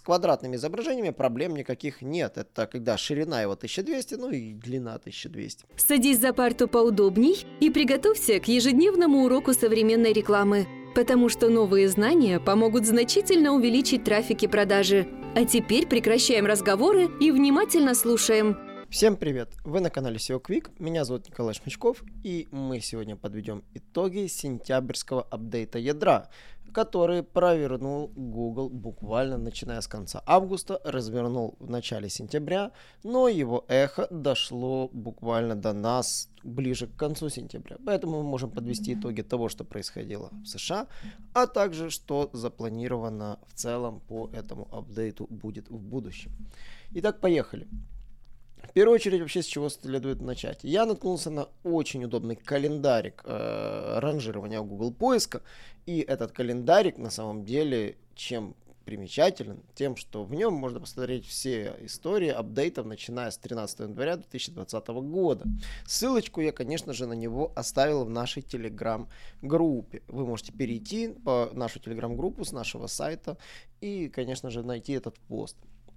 квадратными изображениями проблем никаких нет. Это когда ширина его 1200, ну и длина 1200. Садись за парту поудобней и приготовься к ежедневному уроку современной рекламы, потому что новые знания помогут значительно увеличить трафик и продажи. А теперь прекращаем разговоры и внимательно слушаем. Всем привет! Вы на канале SEO Quick, меня зовут Николай Шмычков, и мы сегодня подведем итоги сентябрьского апдейта ядра, который провернул Google буквально начиная с конца августа, развернул в начале сентября, но его эхо дошло буквально до нас ближе к концу сентября. Поэтому мы можем подвести итоги того, что происходило в США, а также что запланировано в целом по этому апдейту будет в будущем. Итак, поехали. В первую очередь, вообще, с чего следует начать? Я наткнулся на очень удобный календарик ранжирования Google поиска. И этот календарик, на самом деле, чем примечателен? Тем, что в нем можно посмотреть все истории апдейтов, начиная с 13 января 2020 года. Ссылочку я, конечно же, на него оставил в нашей телеграм-группе. Вы можете перейти по нашу телеграм-группу с нашего сайта и, конечно же, найти этот пост.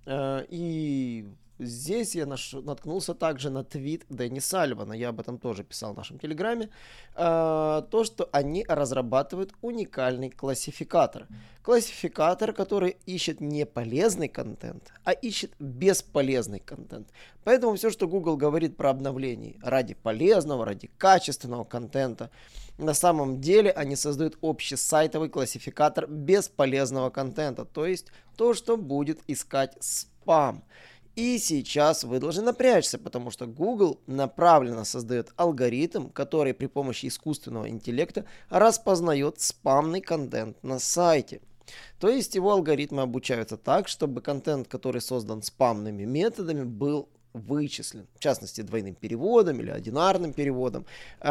И здесь я наткнулся также на твит Дэнни Сальвана, я об этом тоже писал в нашем телеграме, то, что они разрабатывают уникальный классификатор. Классификатор, который ищет не полезный контент, а ищет бесполезный контент. Поэтому все, что Google говорит про обновление ради полезного, ради качественного контента, на самом деле они создают общий сайтовый классификатор бесполезного контента, то есть то, что будет искать спам. И сейчас вы должны напрячься, потому что Google направленно создает алгоритм, который при помощи искусственного интеллекта распознает спамный контент на сайте. То есть его алгоритмы обучаются так, чтобы контент, который создан спамными методами, был вычислен, в частности двойным переводом или одинарным переводом.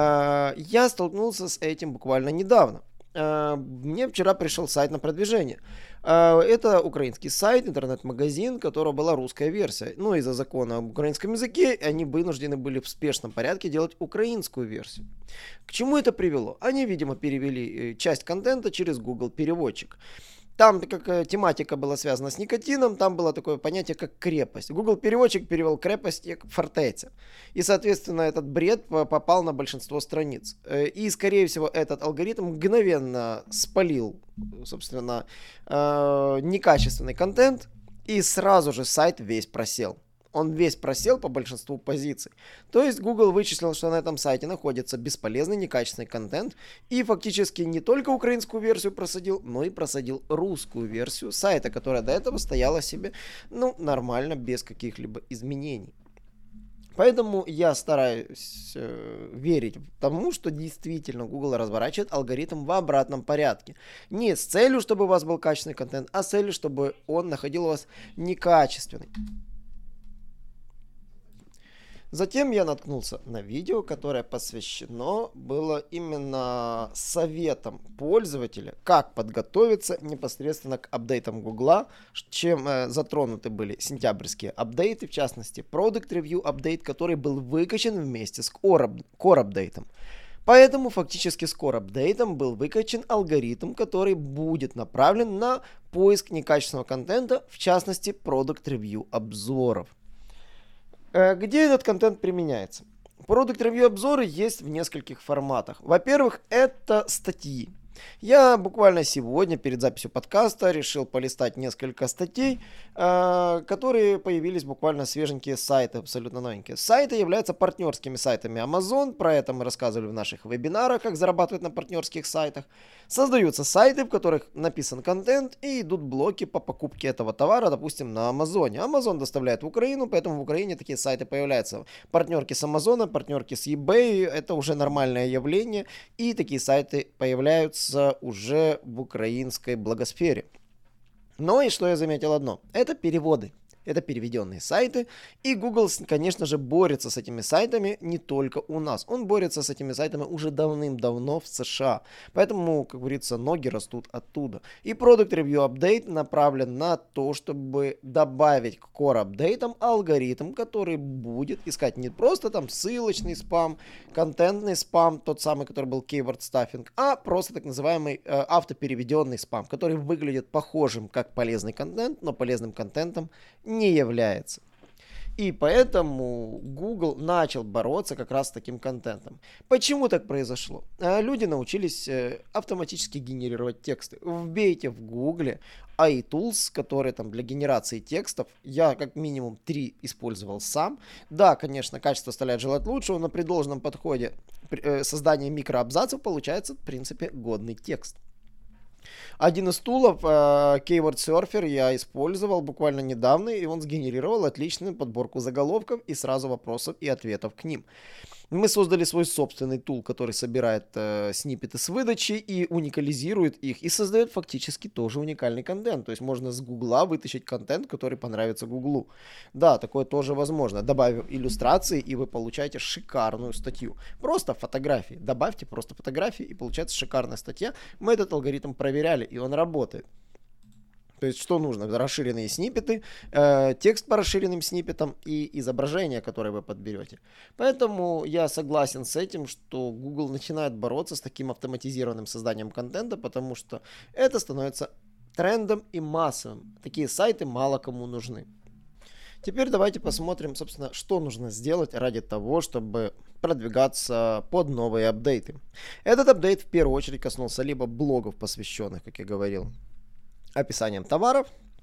Я столкнулся с этим буквально недавно. Мне вчера пришел сайт на продвижение. Это украинский сайт, интернет-магазин, у которого была русская версия. Но из-за закона об украинском языке они вынуждены были в спешном порядке делать украинскую версию. К чему это привело? Они, видимо, перевели часть контента через Google переводчик. Там, как тематика была связана с никотином, там было такое понятие, как крепость. Google переводчик перевел крепость как фортеця. И, соответственно, этот бред попал на большинство страниц. И, скорее всего, этот алгоритм мгновенно спалил, собственно, некачественный контент, и сразу же сайт весь просел. Он весь просел по большинству позиций. То есть Google вычислил, что на этом сайте находится бесполезный, некачественный контент. И фактически не только украинскую версию просадил, но и просадил русскую версию сайта, которая до этого стояла себе, нормально, без каких-либо изменений. Поэтому я стараюсь верить тому, что действительно Google разворачивает алгоритм в обратном порядке. Не с целью, чтобы у вас был качественный контент, а с целью, чтобы он находил у вас некачественный. Затем я наткнулся на видео, которое посвящено было именно советам пользователя, как подготовиться непосредственно к апдейтам Гугла, чем затронуты были сентябрьские апдейты, в частности Product Review апдейт, который был выкачан вместе с Core апдейтом. Поэтому фактически с Core апдейтом был выкачан алгоритм, который будет направлен на поиск некачественного контента, в частности Product Review обзоров. Где этот контент применяется? Product Review обзоры есть в нескольких форматах. Во-первых, это статьи. Я буквально сегодня перед записью подкаста решил полистать несколько статей, которые появились буквально свеженькие сайты, абсолютно новенькие. Сайты являются партнерскими сайтами Amazon, про это мы рассказывали в наших вебинарах, как зарабатывать на партнерских сайтах. Создаются сайты, в которых написан контент и идут блоки по покупке этого товара, допустим, на Амазоне. Amazon доставляет в Украину, поэтому в Украине такие сайты появляются. Партнерки с Амазона, партнерки с eBay, это уже нормальное явление, и такие сайты появляются уже в украинской благосфере. Но и что я заметил одно, это переводы. это переведенные сайты, и Google, конечно же, борется с этими сайтами не только у нас, он борется с этими сайтами уже давным-давно в США, поэтому, как говорится, ноги растут оттуда. И Product Review Update направлен на то, чтобы добавить к Core апдейтам алгоритм, который будет искать не просто там ссылочный спам, контентный спам, тот самый, который был keyword stuffing, а просто так называемый автопереведенный спам, который выглядит похожим как полезный контент, но полезным контентом не является. И поэтому Google начал бороться как раз с таким контентом. Почему так произошло? Люди научились автоматически генерировать тексты. Вбейте в Google AI Tools, которые там для генерации текстов. Я как минимум 3 использовал сам. Да, конечно, качество оставляет желать лучшего, но при должном подходе создания микроабзацев получается, в принципе, годный текст. Один из тулов, Keyword Surfer, я использовал буквально недавно, и он сгенерировал отличную подборку заголовков и сразу вопросов и ответов к ним. Мы создали свой собственный тул, который собирает сниппеты с выдачи и уникализирует их, и создает фактически тоже уникальный контент. То есть можно с Гугла вытащить контент, который понравится Гуглу. Да, такое тоже возможно. Добавив иллюстрации, и вы получаете шикарную статью. Просто фотографии. Добавьте просто фотографии, и получается шикарная статья. Мы этот алгоритм проверяли, и он работает. То есть, что нужно? Расширенные сниппеты, текст по расширенным сниппетам и изображение, которое вы подберете. Поэтому я согласен с этим, что Google начинает бороться с таким автоматизированным созданием контента, потому что это становится трендом и массовым. Такие сайты мало кому нужны. Теперь давайте посмотрим, собственно, что нужно сделать ради того, чтобы продвигаться под новые апдейты. Этот апдейт в первую очередь коснулся либо блогов, посвященных, как я говорил, описанием товаров,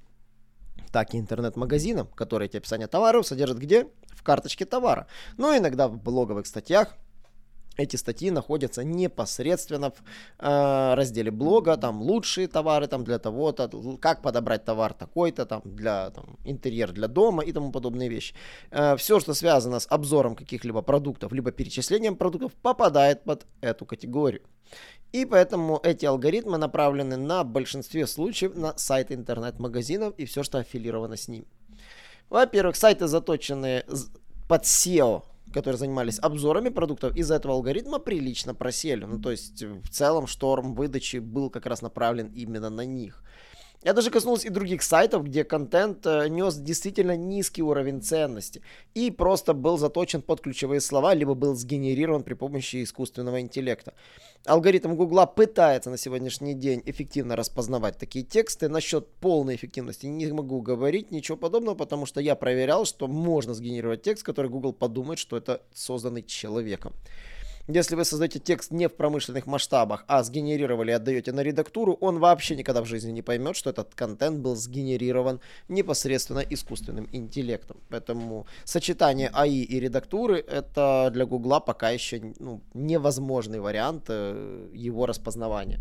так и интернет-магазинам, которые эти описания товаров содержат где? В карточке товара. Но иногда в блоговых статьях эти статьи находятся непосредственно в разделе блога, там лучшие товары там для того-то, как подобрать товар такой-то, там для интерьер для дома и тому подобные вещи. Все, что связано с обзором каких-либо продуктов, либо перечислением продуктов, попадает под эту категорию. И поэтому эти алгоритмы направлены на большинстве случаев на сайты интернет-магазинов и все, что аффилировано с ним. Во-первых, сайты, заточенные под SEO, которые занимались обзорами продуктов, из-за этого алгоритма прилично просели. Ну, то есть, в целом, шторм выдачи был как раз направлен именно на них. Я даже коснулся и других сайтов, где контент нес действительно низкий уровень ценности и просто был заточен под ключевые слова, либо был сгенерирован при помощи искусственного интеллекта. Алгоритм Гугла пытается на сегодняшний день эффективно распознавать такие тексты. Насчет полной эффективности не могу говорить ничего подобного, потому что я проверял, что можно сгенерировать текст, который Google подумает, что это созданный человеком. Если вы создаете текст не в промышленных масштабах, а сгенерировали и отдаете на редактуру, он вообще никогда в жизни не поймет, что этот контент был сгенерирован непосредственно искусственным интеллектом. Поэтому сочетание АИ и редактуры — это для Гугла пока еще невозможный вариант его распознавания.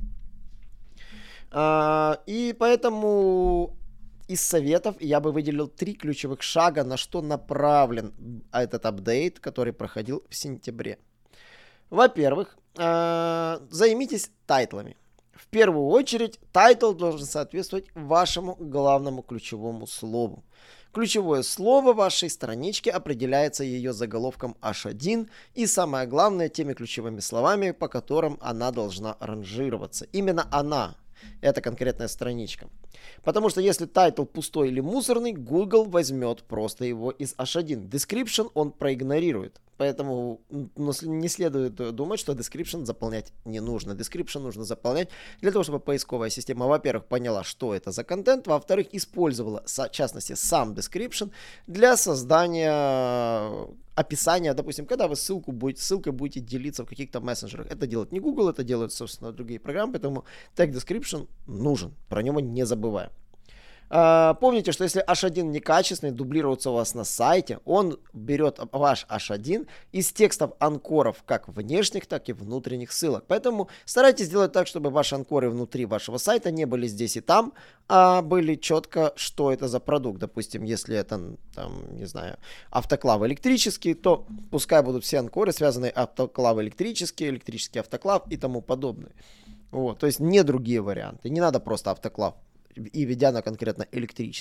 И поэтому из советов я бы выделил 3 ключевых шага, на что направлен этот апдейт, который проходил в сентябре. Во-первых, займитесь тайтлами. В первую очередь, тайтл должен соответствовать вашему главному ключевому слову. Ключевое слово вашей странички определяется ее заголовком H1 и, самое главное, теми ключевыми словами, по которым она должна ранжироваться. Именно она. Это конкретная страничка. Потому что если тайтл пустой или мусорный, Google возьмет просто его из H1. Description он проигнорирует. Поэтому не следует думать, что description заполнять не нужно. Description нужно заполнять для того, чтобы поисковая система, во-первых, поняла, что это за контент, во-вторых, использовала, в частности, сам description для создания описания. Допустим, когда вы ссылкой будете делиться в каких-то мессенджерах. Это делает не Google, это делают, собственно, другие программы, поэтому tag description нужен. Про него не забываем. Помните, что если H1 некачественный, дублируется у вас на сайте, он берет ваш H1 из текстов анкоров как внешних, так и внутренних ссылок. Поэтому старайтесь сделать так, чтобы ваши анкоры внутри вашего сайта не были здесь и там, а были четко, что это за продукт. Допустим, если это, там, не знаю, автоклав электрический, то пускай будут все анкоры связаны автоклав электрический, электрический автоклав и тому подобное. Вот, то есть не другие варианты. Не надо просто автоклав и ведя на конкретно электрический.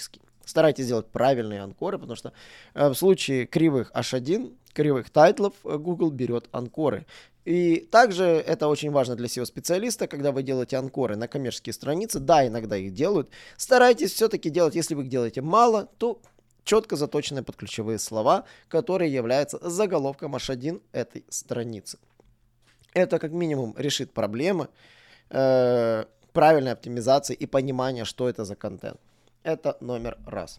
Старайтесь делать правильные анкоры, потому что в случае кривых H1, кривых тайтлов, Google берет анкоры. И также это очень важно для SEO-специалиста, когда вы делаете анкоры на коммерческие страницы. Да, иногда их делают. Старайтесь все-таки делать, если вы их делаете мало, то четко заточенные под ключевые слова, которые являются заголовком H1 этой страницы. Это как минимум решит проблемы правильной оптимизации и понимания, что это за контент. Это номер раз.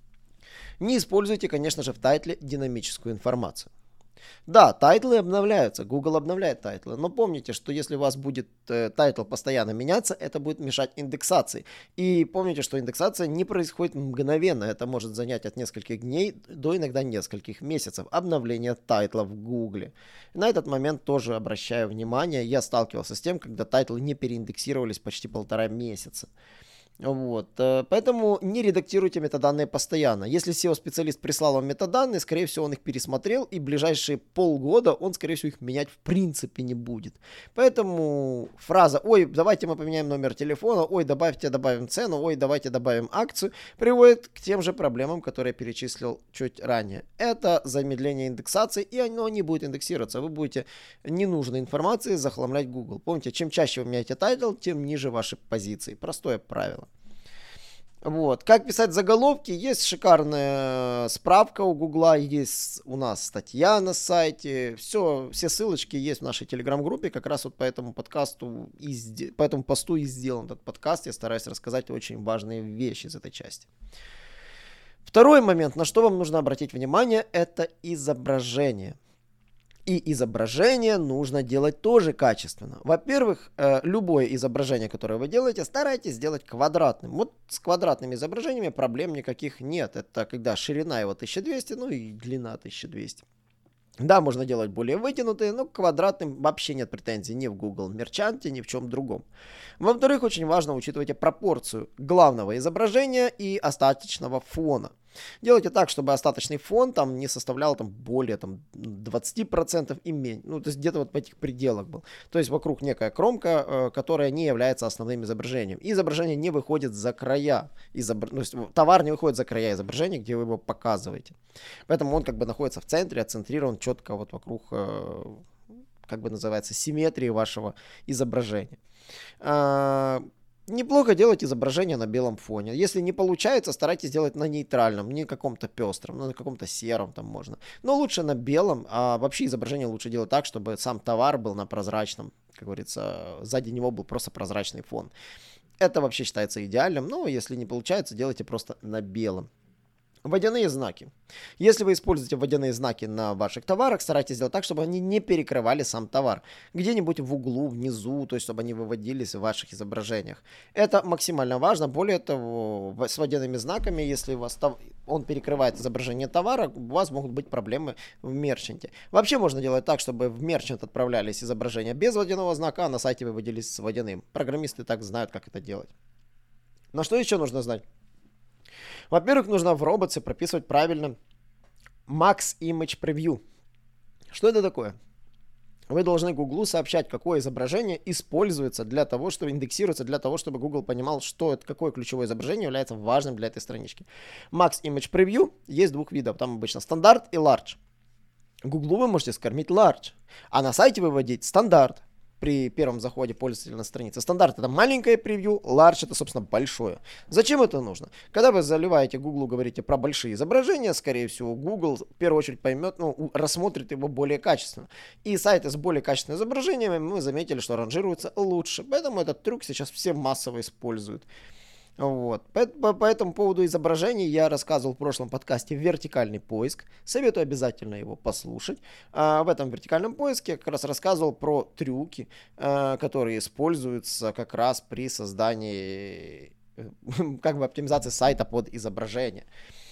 Не используйте, конечно же, в тайтле динамическую информацию. Да, тайтлы обновляются, Google обновляет тайтлы, но помните, что если у вас будет тайтл постоянно меняться, это будет мешать индексации. И помните, что индексация не происходит мгновенно, это может занять от нескольких дней до иногда нескольких месяцев обновление тайтла в Google. На этот момент тоже обращаю внимание, я сталкивался с тем, когда тайтлы не переиндексировались почти 1,5 месяца. Вот, поэтому не редактируйте метаданные постоянно. Если SEO-специалист прислал вам метаданные, скорее всего, он их пересмотрел, и в ближайшие полгода он, скорее всего, их менять в принципе не будет. Поэтому фраза «Ой, давайте мы поменяем номер телефона», «Ой, добавим цену», «Ой, давайте добавим акцию» приводит к тем же проблемам, которые я перечислил чуть ранее. Это замедление индексации, и оно не будет индексироваться. Вы будете ненужной информацией захламлять Google. Помните, чем чаще вы меняете тайтл, тем ниже ваши позиции. Простое правило. Вот. Как писать заголовки? Есть шикарная справка у Гугла, есть у нас статья на сайте. Все ссылочки есть в нашей телеграм-группе. Как раз вот по этому посту и сделан этот подкаст. Я стараюсь рассказать очень важные вещи из этой части. Второй момент, на что вам нужно обратить внимание, это изображение. И изображение нужно делать тоже качественно. Во-первых, любое изображение, которое вы делаете, старайтесь сделать квадратным. Вот с квадратными изображениями проблем никаких нет. Это когда ширина его 1200, ну и длина 1200. Да, можно делать более вытянутые, но к квадратным вообще нет претензий ни в Google Мерчанте, ни в чем другом. Во-вторых, очень важно учитывать пропорцию главного изображения и остаточного фона. Делайте так, чтобы остаточный фон там не составлял там более там 20% и меньше. Ну, то есть где-то вот в этих пределах был. То есть вокруг некая кромка, которая не является основным изображением. И изображение не выходит за края. То есть товар не выходит за края изображения, где вы его показываете. Поэтому он как бы находится в центре, отцентрирован четко вот вокруг, как бы называется, симметрии вашего изображения. Неплохо делать изображение на белом фоне. Если не получается, старайтесь делать на нейтральном, не каком-то пестром, на каком-то сером там можно. Но лучше на белом, а вообще изображение лучше делать так, чтобы сам товар был на прозрачном, как говорится, сзади него был просто прозрачный фон. Это вообще считается идеальным, но если не получается, делайте просто на белом. Водяные знаки. Если вы используете водяные знаки на ваших товарах, старайтесь сделать так, чтобы они не перекрывали сам товар. Где-нибудь в углу, внизу, то есть чтобы они выводились в ваших изображениях. Это максимально важно. Более того, с водяными знаками, если у вас он перекрывает изображение товара, у вас могут быть проблемы в мерчанте. Вообще можно делать так, чтобы в мерчант отправлялись изображения без водяного знака, а на сайте выводились с водяным. Программисты так знают, как это делать. Но что еще нужно знать? Во-первых, нужно в роботе прописывать правильно Max Image Preview. Что это такое? Вы должны Google сообщать, какое изображение используется для того, чтобы индексируется, для того, чтобы Google понимал, что это, какое ключевое изображение является важным для этой странички. Max Image Preview есть двух видов. Там обычно стандарт и large. Google вы можете скормить large, а на сайте выводить стандарт. При первом заходе пользователя на странице. Стандарт — это маленькое превью, large — это, собственно, большое. Зачем это нужно? Когда вы заливаете Google, говорите про большие изображения, скорее всего, Google в первую очередь поймет, рассмотрит его более каачественно. И сайты с более качественными изображениями мы заметили, что ранжируются лучше. Поэтому этот трюк сейчас все массово используют. Вот. По этому поводу изображений я рассказывал в прошлом подкасте «Вертикальный поиск». Советую обязательно его послушать. В этом вертикальном поиске я как раз рассказывал про трюки, которые используются как раз при создании, как бы оптимизации сайта под изображение.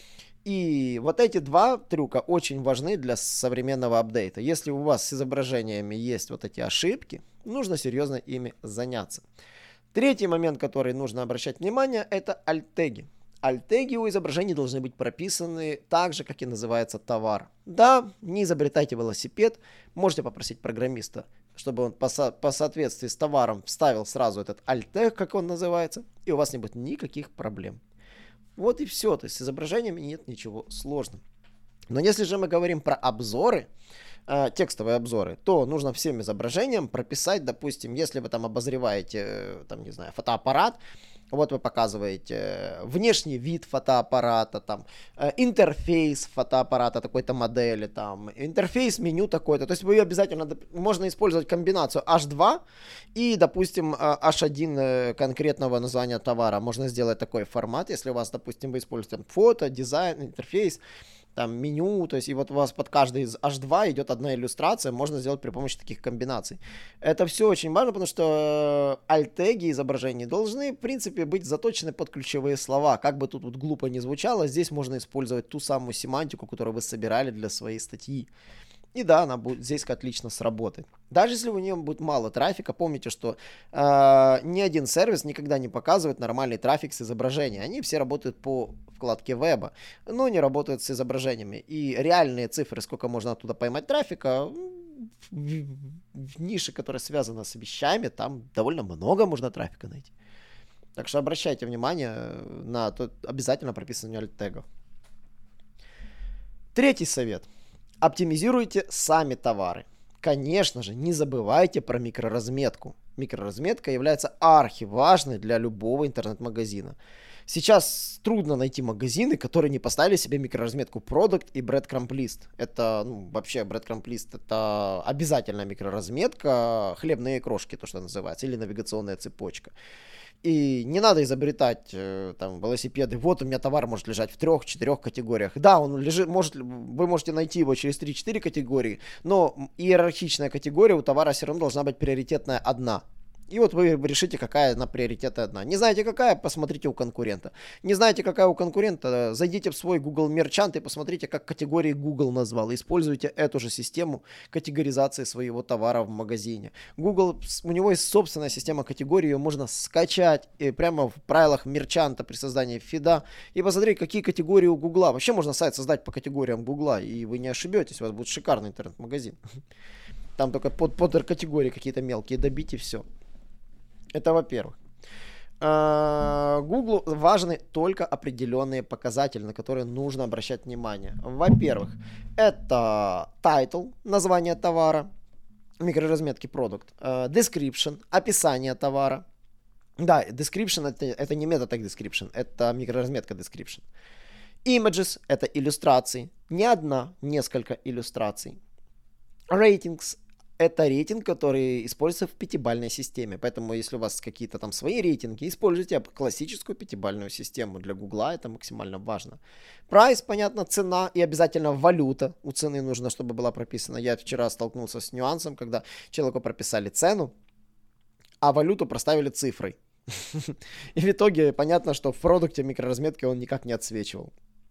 И вот эти два трюка очень важны для современного апдейта. Если у вас с изображениями есть вот эти ошибки, нужно серьезно ими заняться. Третий момент, который нужно обращать внимание, это альт-теги. Альт-теги у изображений должны быть прописаны так же, как и называется товар. Да, не изобретайте велосипед, можете попросить программиста, чтобы он по соответствии с товаром вставил сразу этот альт-тег, как он называется, и у вас не будет никаких проблем. Вот и все. То есть с изображениями нет ничего сложного. Но если же мы говорим про обзоры, текстовые обзоры, то нужно всем изображениям прописать, допустим, если вы там обозреваете, там, не знаю, фотоаппарат, вот вы показываете внешний вид фотоаппарата, там, интерфейс фотоаппарата такой-то модели, там, интерфейс меню такой-то. То есть вы обязательно, можно использовать комбинацию H2 и, допустим, H1 конкретного названия товара. Можно сделать такой формат, если у вас, допустим, вы используете фото, дизайн, интерфейс, там меню, то есть и вот у вас под каждый из H2 идет одна иллюстрация, можно сделать при помощи таких комбинаций. Это все очень важно, потому что альт-теги изображений должны, в принципе, быть заточены под ключевые слова. Как бы тут вот глупо не звучало, здесь можно использовать ту самую семантику, которую вы собирали для своей статьи. И да, она будет здесь отлично сработает. Даже если у нее будет мало трафика, помните, что ни один сервис никогда не показывает нормальный трафик с изображения. Они все работают по вкладке веба, но не работают с изображениями. И реальные цифры, сколько можно оттуда поймать трафика, в нише, которая связана с вещами, там довольно много можно трафика найти. Так что обращайте внимание на обязательно прописывание альт-тегов. Третий совет. Оптимизируйте сами товары. Конечно же, не забывайте про микроразметку. Микроразметка является архиважной для любого интернет-магазина. Сейчас трудно найти магазины, которые не поставили себе микроразметку Product и Breadcrumb List. Это, вообще, Breadcrumb List это обязательная микроразметка, хлебные крошки, то, что называется, или навигационная цепочка. И не надо изобретать там велосипеды. Вот у меня товар может лежать в 3-4 категориях. Да, он лежит, вы можете найти его через 3-4 категории, но иерархичная категория у товара все равно должна быть приоритетная одна. И вот вы решите, какая на приоритет одна. Не знаете, какая? Посмотрите у конкурента. Не знаете, какая у конкурента? Зайдите в свой Google Merchant и посмотрите, как категории Google назвал. Используйте эту же систему категоризации своего товара в магазине. Google, у него есть собственная система категорий, ее можно скачать прямо в правилах мерчанта при создании фида и посмотреть, какие категории у Google. Вообще можно сайт создать по категориям Google, и вы не ошибетесь, у вас будет шикарный интернет-магазин. Там только под категории какие-то мелкие добить и все. Это во-первых. Google важны только определенные показатели, на которые нужно обращать внимание. Во-первых, это title, название товара, микроразметки product, description, описание товара. Да, description это не meta tag description, это микроразметка description. Images это иллюстрации, не одна, несколько иллюстраций. Ratings это рейтинг, который используется в пятибалльной системе. Поэтому, если у вас какие-то там свои рейтинги, используйте классическую пятибалльную систему. Для Гугла это максимально важно. Прайс, понятно, цена и обязательно валюта. У цены нужно, чтобы была прописана. Я вчера столкнулся с нюансом, когда человеку прописали цену, а валюту проставили цифрой. И в итоге понятно, что в продукте микроразметки он никак не отсвечивал.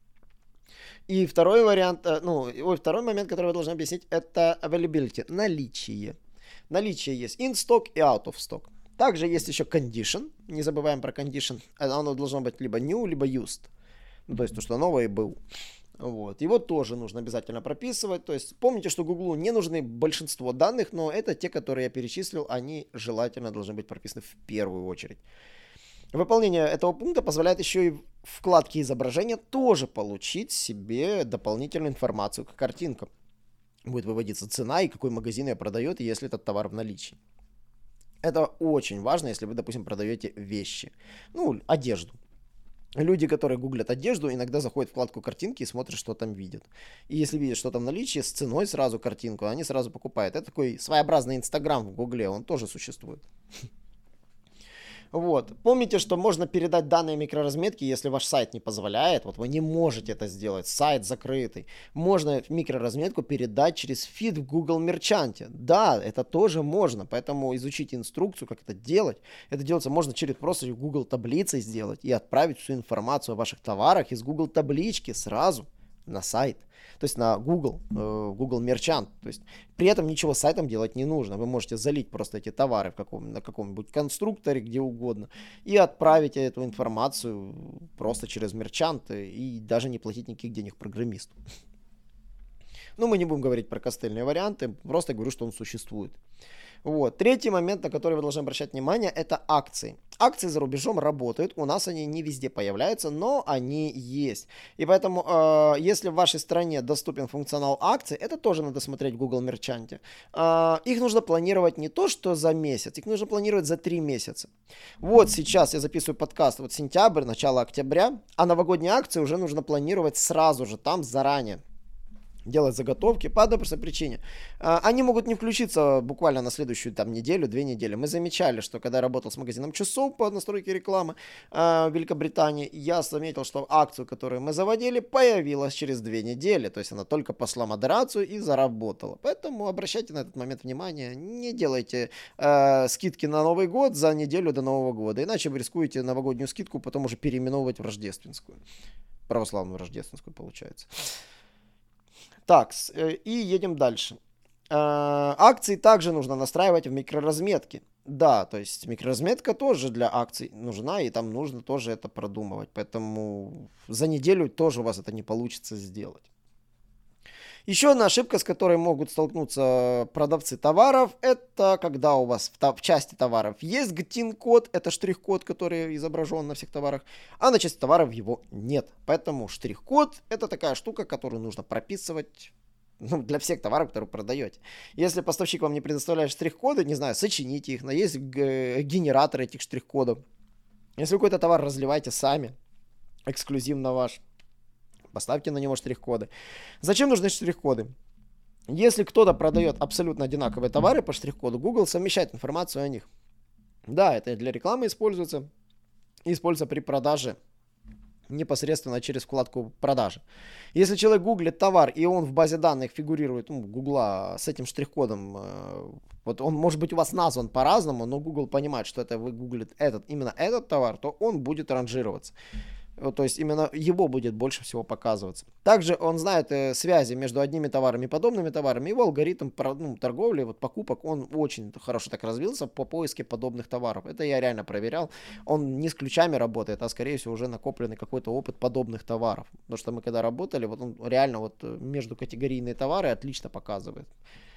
И второй вариант, второй момент, который вы должны объяснить, это availability, наличие. Наличие есть in stock и out of stock. Также есть еще condition, не забываем про condition, оно должно быть либо new, либо used. То есть то, что новое был. Вот. Его тоже нужно обязательно прописывать. То есть помните, что Google не нужны большинство данных, но это те, которые я перечислил, они желательно должны быть прописаны в первую очередь. Выполнение этого пункта позволяет еще и в вкладке изображения тоже получить себе дополнительную информацию к картинкам. Будет выводиться цена и какой магазин ее продает, если этот товар в наличии. Это очень важно, если вы, допустим, продаете вещи. Одежду. Люди, которые гуглят одежду, иногда заходят в вкладку картинки и смотрят, что там видят. И если видят, что там в наличии, с ценой сразу картинку, они сразу покупают. Это такой своеобразный Инстаграм в Гугле, он тоже существует. Вот. Помните, что можно передать данные микроразметки, если ваш сайт не позволяет. Вот вы не можете это сделать. Сайт закрытый. Можно микроразметку передать через фид в Google Merchant. Да, это тоже можно. Поэтому изучите инструкцию, как это делать. Это делается можно через просто Google таблицей сделать и отправить всю информацию о ваших товарах из Google таблички сразу на сайт. То есть на Google Merchant. То есть при этом ничего с сайтом делать не нужно. Вы можете залить просто эти товары на каком-нибудь конструкторе, где угодно, и отправить эту информацию просто через Merchant и даже не платить никаких денег программисту. Но мы не будем говорить про костыльные варианты, просто говорю, что он существует. Вот. Третий момент, на который вы должны обращать внимание, это акции. Акции за рубежом работают, у нас они не везде появляются, но они есть. И поэтому, если в вашей стране доступен функционал акций, это тоже надо смотреть в Google Мерчанте. Их нужно планировать не то, что за месяц, их нужно планировать за 3 месяца. Вот сейчас я записываю подкаст, вот сентябрь, начало октября, а новогодние акции уже нужно планировать сразу же, там заранее. Делать заготовки по одной простой причине. Они могут не включиться буквально на следующую там неделю, 2 недели. Мы замечали, что когда я работал с магазином часов по настройке рекламы в Великобритании, я заметил, что акцию, которую мы заводили, появилась через 2 недели. То есть она только пошла модерацию и заработала. Поэтому обращайте на этот момент внимание. Не делайте скидки на Новый год за неделю до Нового года. Иначе вы рискуете новогоднюю скидку потом уже переименовывать в рождественскую. Православную рождественскую получается. Так, и едем дальше. Акции также нужно настраивать в микроразметке. Да, то есть микроразметка тоже для акций нужна, и там нужно тоже это продумывать. Поэтому за неделю тоже у вас это не получится сделать. Еще одна ошибка, с которой могут столкнуться продавцы товаров, это когда у вас в части товаров есть ГТИН-код, это штрих-код, который изображен на всех товарах, а на части товаров его нет. Поэтому штрих-код это такая штука, которую нужно прописывать для всех товаров, которые продаете. Если поставщик вам не предоставляет штрих-коды, не знаю, сочините их, есть генератор этих штрих-кодов. Если какой-то товар разливайте сами, эксклюзивно ваш. Поставьте на него штрих-коды. Зачем нужны штрих-коды? Если кто-то продает абсолютно одинаковые товары по штрих-коду, Google совмещает информацию о них. Да, это для рекламы используется. Используется при продаже непосредственно через вкладку продажи. Если человек гуглит товар, и он в базе данных фигурирует, Гугла с этим штрих-кодом, вот он может быть у вас назван по-разному, но Google понимает, что это вы гуглит именно этот товар, то он будет ранжироваться. То есть именно его будет больше всего показываться. Также он знает связи между одними товарами и подобными товарами. Его алгоритм торговли, покупок, он очень хорошо так развился по поиске подобных товаров. Это я реально проверял. Он не с ключами работает, а скорее всего уже накопленный какой-то опыт подобных товаров. Потому что мы когда работали, он реально междукатегорийные товары отлично показывает.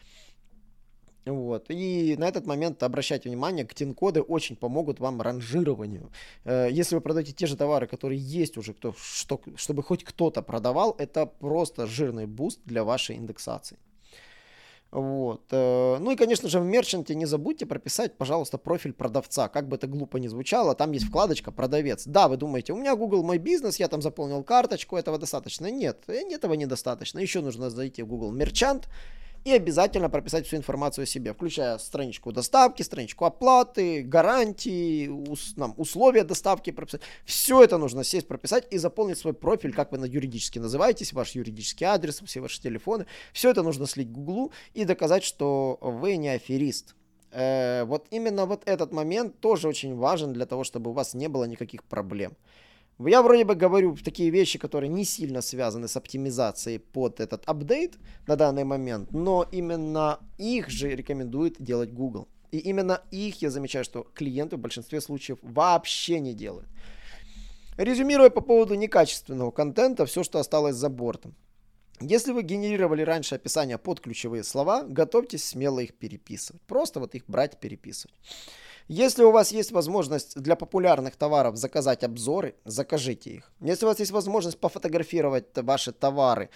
Вот. И на этот момент обращайте внимание, ГТИН-коды очень помогут вам ранжированию. Если вы продаете те же товары, которые есть уже, чтобы хоть кто-то продавал, это просто жирный буст для вашей индексации. Вот. Ну и, конечно же, в мерчанте не забудьте прописать, пожалуйста, профиль продавца. Как бы это глупо ни звучало, там есть вкладочка «Продавец». Да, вы думаете, у меня Google мой бизнес, я там заполнил карточку, этого достаточно. Нет, этого недостаточно. Еще нужно зайти в Google Мерчант и обязательно прописать всю информацию о себе, включая страничку доставки, страничку оплаты, гарантии, условия доставки прописать. Все это нужно сесть, прописать и заполнить свой профиль, как вы юридически называетесь, ваш юридический адрес, все ваши телефоны. Все это нужно слить Гуглу и доказать, что вы не аферист. Вот именно этот момент тоже очень важен для того, чтобы у вас не было никаких проблем. Я вроде бы говорю такие вещи, которые не сильно связаны с оптимизацией под этот апдейт на данный момент, но именно их же рекомендует делать Google. И именно их я замечаю, что клиенты в большинстве случаев вообще не делают. Резюмируя по поводу некачественного контента, все, что осталось за бортом. Если вы генерировали раньше описания под ключевые слова, готовьтесь смело их переписывать. Просто их брать, переписывать. Если у вас есть возможность для популярных товаров заказать обзоры, закажите их. Если у вас есть возможность пофотографировать ваши товары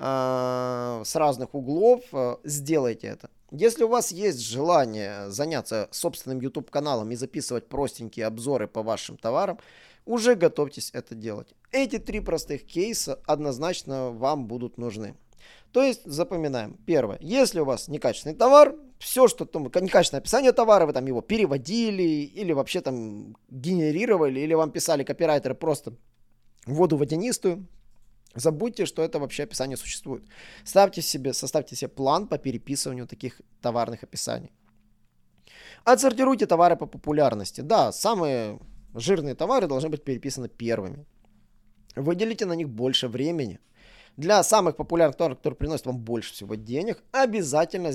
с разных углов, сделайте это. Если у вас есть желание заняться собственным YouTube-каналом и записывать простенькие обзоры по вашим товарам, уже готовьтесь это делать. Эти 3 простых кейса однозначно вам будут нужны. То есть запоминаем. Первое. Если у вас некачественный товар, все, что там, некачественное описание товара, вы там его переводили или вообще там генерировали, или вам писали копирайтеры просто воду водянистую, забудьте, что это вообще описание существует. Составьте себе план по переписыванию таких товарных описаний. Отсортируйте товары по популярности. Да, самые жирные товары должны быть переписаны первыми. Выделите на них больше времени. Для самых популярных товаров, которые приносят вам больше всего денег, обязательно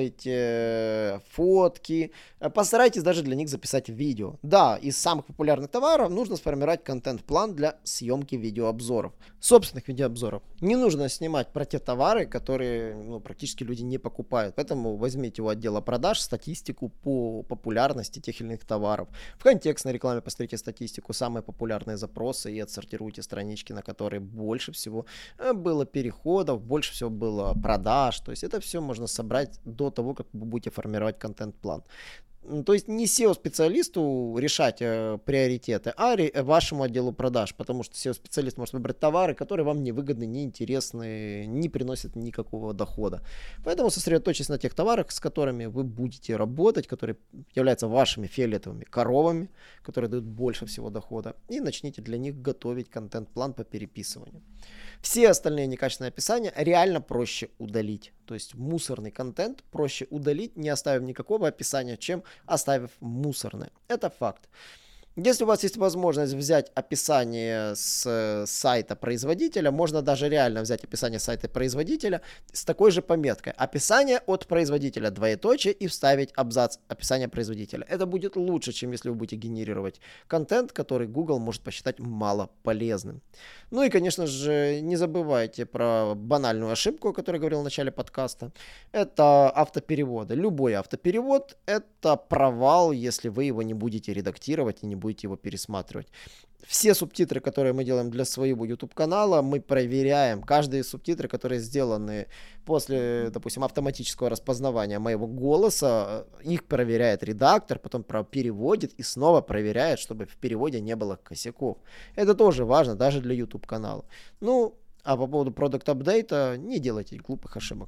сделайте фотки, постарайтесь даже для них записать видео. Да, из самых популярных товаров нужно сформировать контент-план для съемки видеообзоров, собственных видеообзоров. Не нужно снимать про те товары, которые практически люди не покупают, поэтому возьмите у отдела продаж статистику по популярности тех или иных товаров. В контекстной рекламе посмотрите статистику, самые популярные запросы и отсортируйте странички, на которые больше всего было переходов, больше всего было продаж. То есть это все можно собрать до того, как вы будете формировать контент-план. То есть не SEO-специалисту решать приоритеты, а вашему отделу продаж, потому что SEO-специалист может выбрать товары, которые вам невыгодны, неинтересны, не приносят никакого дохода. Поэтому сосредоточьтесь на тех товарах, с которыми вы будете работать, которые являются вашими фиолетовыми коровами, которые дают больше всего дохода, и начните для них готовить контент-план по переписыванию. Все остальные некачественные описания реально проще удалить. То есть мусорный контент проще удалить, не оставив никакого описания, чем оставив мусорное. Это факт. Если у вас есть возможность взять описание с сайта производителя, можно даже реально взять описание сайта производителя с такой же пометкой. Описание от производителя, двоеточие, и вставить абзац описания производителя. Это будет лучше, чем если вы будете генерировать контент, который Google может посчитать мало полезным. Ну и, конечно же, не забывайте про банальную ошибку, о которой я говорил в начале подкаста. Это автопереводы. Любой автоперевод — это провал, если вы его не будете редактировать и не будете его пересматривать. Все субтитры, которые мы делаем для своего YouTube-канала, мы проверяем. Каждые субтитры, которые сделаны после, допустим, автоматического распознавания моего голоса, их проверяет редактор, потом переводит и снова проверяет, чтобы в переводе не было косяков. Это тоже важно, даже для YouTube-канала. Ну, а по поводу Product Update, не делайте глупых ошибок.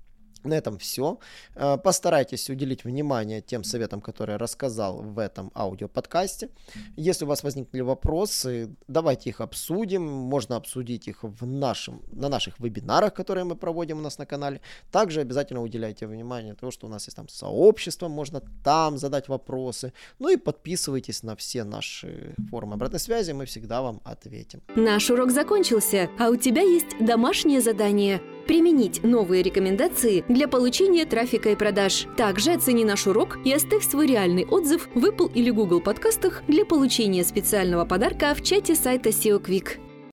На этом все. Постарайтесь уделить внимание тем советам, которые я рассказал в этом аудиоподкасте. Если у вас возникли вопросы, давайте их обсудим. Можно обсудить их на наших вебинарах, которые мы проводим у нас на канале. Также обязательно уделяйте внимание тому, что у нас есть там сообщество, можно там задать вопросы. Ну и подписывайтесь на все наши форумы обратной связи, мы всегда вам ответим. Наш урок закончился, а у тебя есть домашнее задание – применить новые рекомендации для получения трафика и продаж. Также оцени наш урок и оставь свой реальный отзыв в Apple или Google подкастах для получения специального подарка в чате сайта SEO Quick.